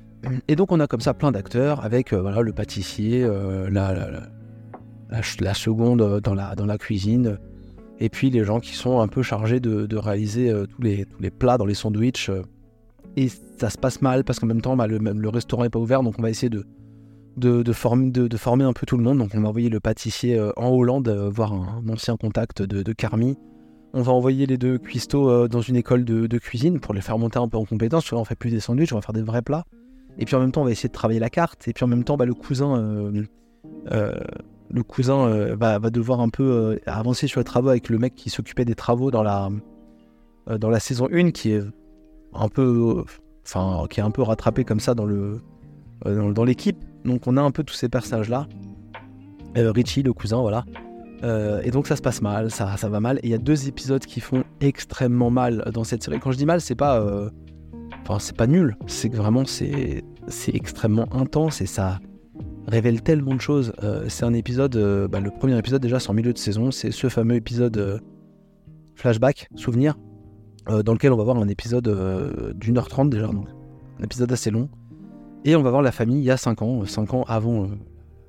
Et donc on a comme ça plein d'acteurs avec euh, voilà, le pâtissier, euh, la, la, la, la, la seconde dans la, dans la cuisine, et puis les gens qui sont un peu chargés de, de réaliser euh, tous, les, tous les plats dans les sandwichs. Euh, et ça se passe mal parce qu'en même temps bah, le, le restaurant n'est pas ouvert, donc on va essayer de, de, de, former, de, de former un peu tout le monde. Donc on va envoyer le pâtissier euh, en Hollande euh, voir un, un ancien contact de, de Carmi. On va envoyer les deux cuistots euh, dans une école de, de cuisine pour les faire monter un peu en compétence, parce que là on fait plus des sandwichs, on va faire des vrais plats. Et puis en même temps, on va essayer de travailler la carte. Et puis en même temps, bah, le cousin, euh, euh, le cousin euh, va, va devoir un peu euh, avancer sur les travaux avec le mec qui s'occupait des travaux dans la, euh, dans la saison un, qui est un peu, enfin, euh, qui est un peu rattrapé comme ça dans le, euh, dans, dans l'équipe. Donc on a un peu tous ces personnages-là. Euh, Richie, le cousin, voilà. Euh, et donc ça se passe mal, ça, ça va mal. Et il y a deux épisodes qui font extrêmement mal dans cette série. Quand je dis mal, c'est pas... Euh, Enfin, c'est pas nul, c'est que vraiment c'est, c'est extrêmement intense et ça révèle tellement de choses. Euh, c'est un épisode, euh, bah, le premier épisode déjà c'est en milieu de saison, c'est ce fameux épisode euh, flashback, souvenir, euh, dans lequel on va voir un épisode euh, d'une heure trente déjà, donc un épisode assez long. Et on va voir la famille il y a cinq ans, cinq ans avant, euh,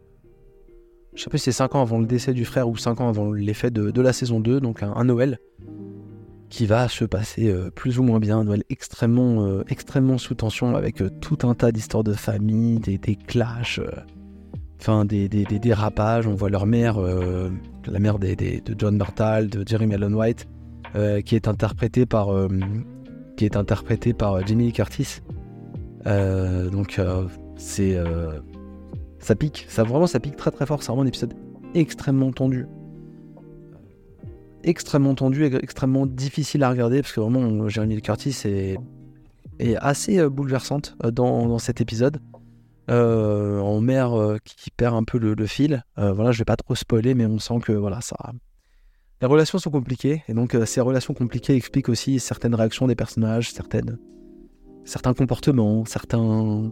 je sais pas si c'est cinq ans avant le décès du frère ou cinq ans avant l'effet de, de la saison deux, donc un, un Noël. qui va se passer euh, plus ou moins bien, un Noël extrêmement, euh, extrêmement sous tension, avec euh, tout un tas d'histoires de famille, des, des clashs, euh, enfin des, des, des dérapages. On voit leur mère, euh, la mère des, des, de John Bartal, de Jeremy Allen White, euh, qui est interprétée par, euh, qui est interprétée par Jamie Lee Curtis. Euh, donc euh, c'est, euh, ça pique, ça vraiment ça pique très très fort. C'est vraiment un épisode extrêmement tendu. extrêmement tendu et extrêmement difficile à regarder parce que vraiment Jamie Lee Curtis est, est assez euh, bouleversante euh, dans, dans cet épisode euh, en mère euh, qui, qui perd un peu le, le fil. Euh, voilà, je vais pas trop spoiler, mais on sent que voilà, ça, les relations sont compliquées et donc euh, ces relations compliquées expliquent aussi certaines réactions des personnages, certaines, certains comportements, certains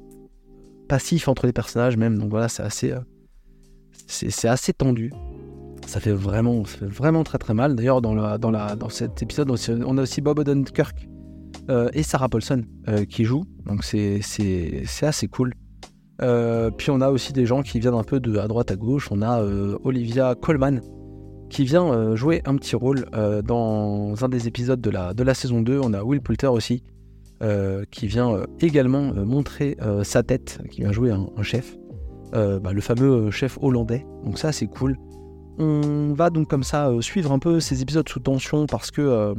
passifs entre les personnages même. Donc voilà, c'est assez, euh, c'est, c'est assez tendu. Ça fait vraiment, ça fait vraiment très très mal. D'ailleurs, dans, la, dans, la, dans cet épisode, on a aussi Bob Odenkirk euh, et Sarah Paulson euh, qui jouent. Donc c'est, c'est, c'est assez cool. Euh, puis on a aussi des gens qui viennent un peu de à droite à gauche. On a euh, Olivia Colman qui vient euh, jouer un petit rôle euh, dans un des épisodes de la, de la saison deux. On a Will Poulter aussi euh, qui vient euh, également euh, montrer euh, sa tête, qui vient jouer un, un chef. Euh, bah, le fameux chef hollandais. Donc ça c'est cool. On va donc comme ça euh, suivre un peu ces épisodes sous tension parce que euh,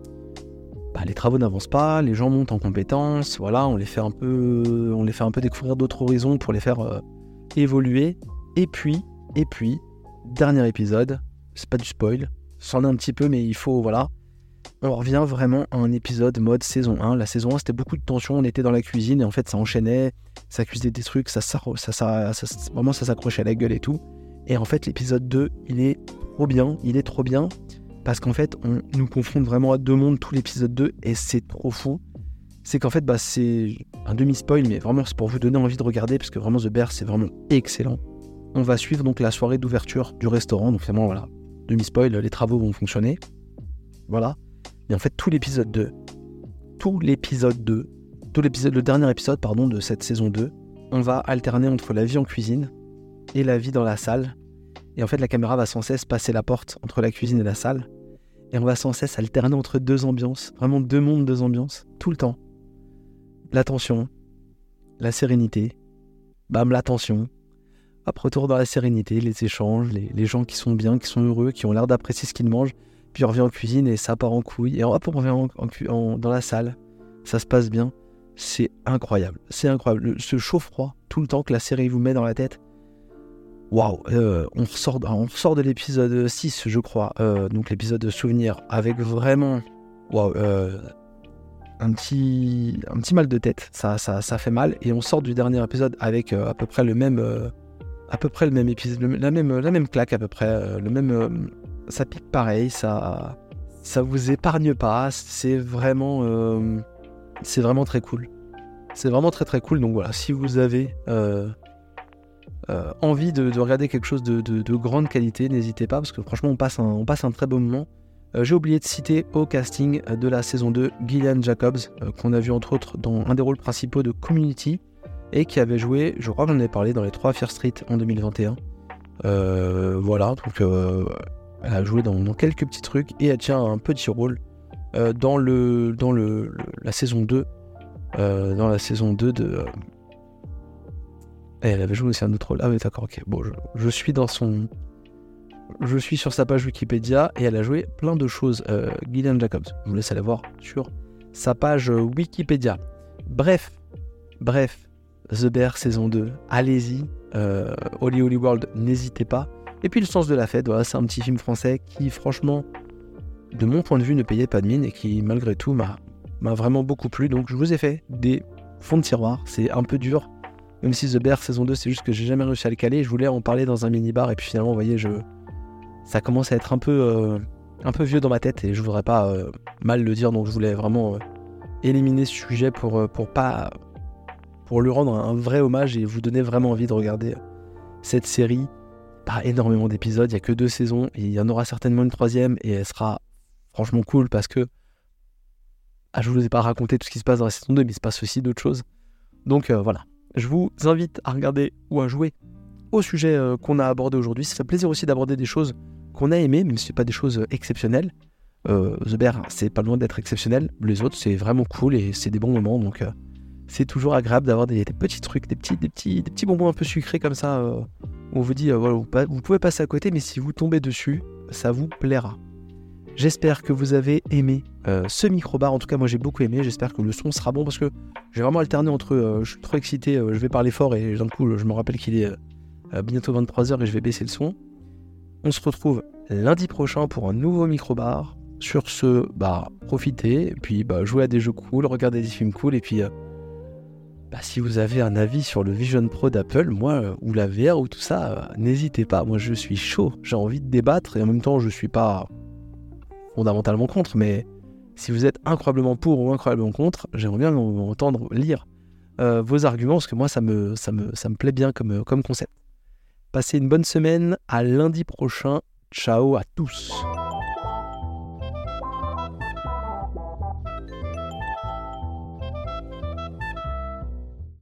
bah, les travaux n'avancent pas, les gens montent en compétences, voilà, on les fait un peu, on les fait un peu découvrir d'autres horizons pour les faire euh, évoluer. Et puis, et puis, dernier épisode, c'est pas du spoil, c'en est un petit peu, mais il faut, voilà, on revient vraiment à un épisode mode saison un. La saison un, c'était beaucoup de tension, on était dans la cuisine et en fait ça enchaînait, ça cuisait des trucs, ça, ça, ça, ça, ça, vraiment ça s'accrochait à la gueule et tout. Et en fait, l'épisode deux, il est trop bien, il est trop bien, parce qu'en fait, on nous confronte vraiment à deux mondes tout l'épisode deux, et c'est trop fou. C'est qu'en fait, bah, c'est un demi-spoil, mais vraiment, c'est pour vous donner envie de regarder, parce que vraiment, The Bear, c'est vraiment excellent. On va suivre donc la soirée d'ouverture du restaurant, donc vraiment, voilà, demi-spoil, les travaux vont fonctionner. Voilà. Et en fait, tout l'épisode deux, tout l'épisode deux, tout l'épisode, le dernier épisode, pardon, de cette saison deux, on va alterner entre la vie en cuisine et la vie dans la salle. Et en fait, la caméra va sans cesse passer la porte entre la cuisine et la salle. Et on va sans cesse alterner entre deux ambiances. Vraiment deux mondes, deux ambiances. Tout le temps. La tension. La sérénité. Bam, la tension. Hop, retour dans la sérénité, les échanges, les, les gens qui sont bien, qui sont heureux, qui ont l'air d'apprécier ce qu'ils mangent. Puis on revient en cuisine et ça part en couille. Et hop, on revient en, en, en, dans la salle. Ça se passe bien. C'est incroyable. C'est incroyable. Le, ce chaud-froid, tout le temps que la série vous met dans la tête. Waouh, euh, on ressort, on ressort de l'épisode six, je crois, euh, donc l'épisode de souvenir, avec vraiment waouh, euh, un, petit, un petit mal de tête, ça, ça, ça fait mal, et on sort du dernier épisode avec euh, à peu près le même, euh, à peu près le même épisode, le, la, même, la même claque à peu près, euh, le même, euh, ça pique pareil, ça, ça vous épargne pas, c'est vraiment, euh, c'est vraiment très cool, c'est vraiment très très cool, donc voilà, si vous avez... Euh, Euh, envie de, de regarder quelque chose de, de, de grande qualité, n'hésitez pas, parce que franchement on passe un, on passe un très beau moment. Euh, j'ai oublié de citer au casting de la saison deux Gillian Jacobs, euh, qu'on a vu entre autres dans un des rôles principaux de Community, et qui avait joué, je crois que j'en ai parlé, dans les trois Fear Street en deux mille vingt et un. Euh, voilà, donc euh, elle a joué dans, dans quelques petits trucs, et elle tient un petit rôle euh, dans, le, dans le, le, la saison deux, euh, dans la saison deux de... Euh, Et elle avait joué aussi un autre rôle. Ah oui, d'accord, ok. Bon, je, je suis dans son... Je suis sur sa page Wikipédia et elle a joué plein de choses. Euh, Gillian Jacobs. Je vous laisse aller voir sur sa page Wikipédia. Bref, bref, The Bear saison deux. Allez-y. Euh, Holly Holly World, n'hésitez pas. Et puis Le Sens de la Fête, voilà, c'est un petit film français qui, franchement, de mon point de vue, ne payait pas de mine et qui, malgré tout, m'a, m'a vraiment beaucoup plu. Donc, je vous ai fait des fonds de tiroir. C'est un peu dur. Même si The Bear saison deux, c'est juste que j'ai jamais réussi à le caler. Je voulais en parler dans un mini-bar et puis finalement, vous voyez, je... ça commence à être un peu, euh, un peu vieux dans ma tête et je voudrais pas euh, mal le dire. Donc je voulais vraiment euh, éliminer ce sujet pour, euh, pour, pas, pour lui rendre un vrai hommage et vous donner vraiment envie de regarder cette série. Pas énormément d'épisodes, il n'y a que deux saisons et il y en aura certainement une troisième et elle sera franchement cool parce que ah, je vous ai pas raconté tout ce qui se passe dans la saison deux, mais il se passe aussi d'autres choses. Donc euh, voilà. Je vous invite à regarder ou à jouer au sujet euh, qu'on a abordé aujourd'hui. Ça fait plaisir aussi d'aborder des choses qu'on a aimées, même si ce n'est pas des choses euh, exceptionnelles. Euh, The Bear, c'est pas loin d'être exceptionnel. Les autres, c'est vraiment cool et c'est des bons moments. Donc, euh, c'est toujours agréable d'avoir des, des petits trucs, des petits, des, petits, des petits bonbons un peu sucrés comme ça. Euh, où on vous dit, euh, voilà, vous, vous pouvez passer à côté, mais si vous tombez dessus, ça vous plaira. J'espère que vous avez aimé euh, ce micro-bar. En tout cas, moi, j'ai beaucoup aimé. J'espère que le son sera bon parce que j'ai vraiment alterné entre euh, je suis trop excité, euh, je vais parler fort et d'un coup, je me rappelle qu'il est euh, bientôt vingt-trois heures et je vais baisser le son. On se retrouve lundi prochain pour un nouveau micro-bar. Sur ce, bah, profitez, et puis bah, jouez à des jeux cool, regardez des films cool, et puis euh, bah, si vous avez un avis sur le Vision Pro d'Apple, moi, euh, ou la V R, ou tout ça, euh, n'hésitez pas. Moi, je suis chaud, j'ai envie de débattre, et en même temps, je suis pas fondamentalement contre, mais si vous êtes incroyablement pour ou incroyablement contre, j'aimerais bien entendre lire euh, vos arguments, parce que moi, ça me, ça me, ça me plaît bien comme, comme concept. Passez une bonne semaine, à lundi prochain, ciao à tous.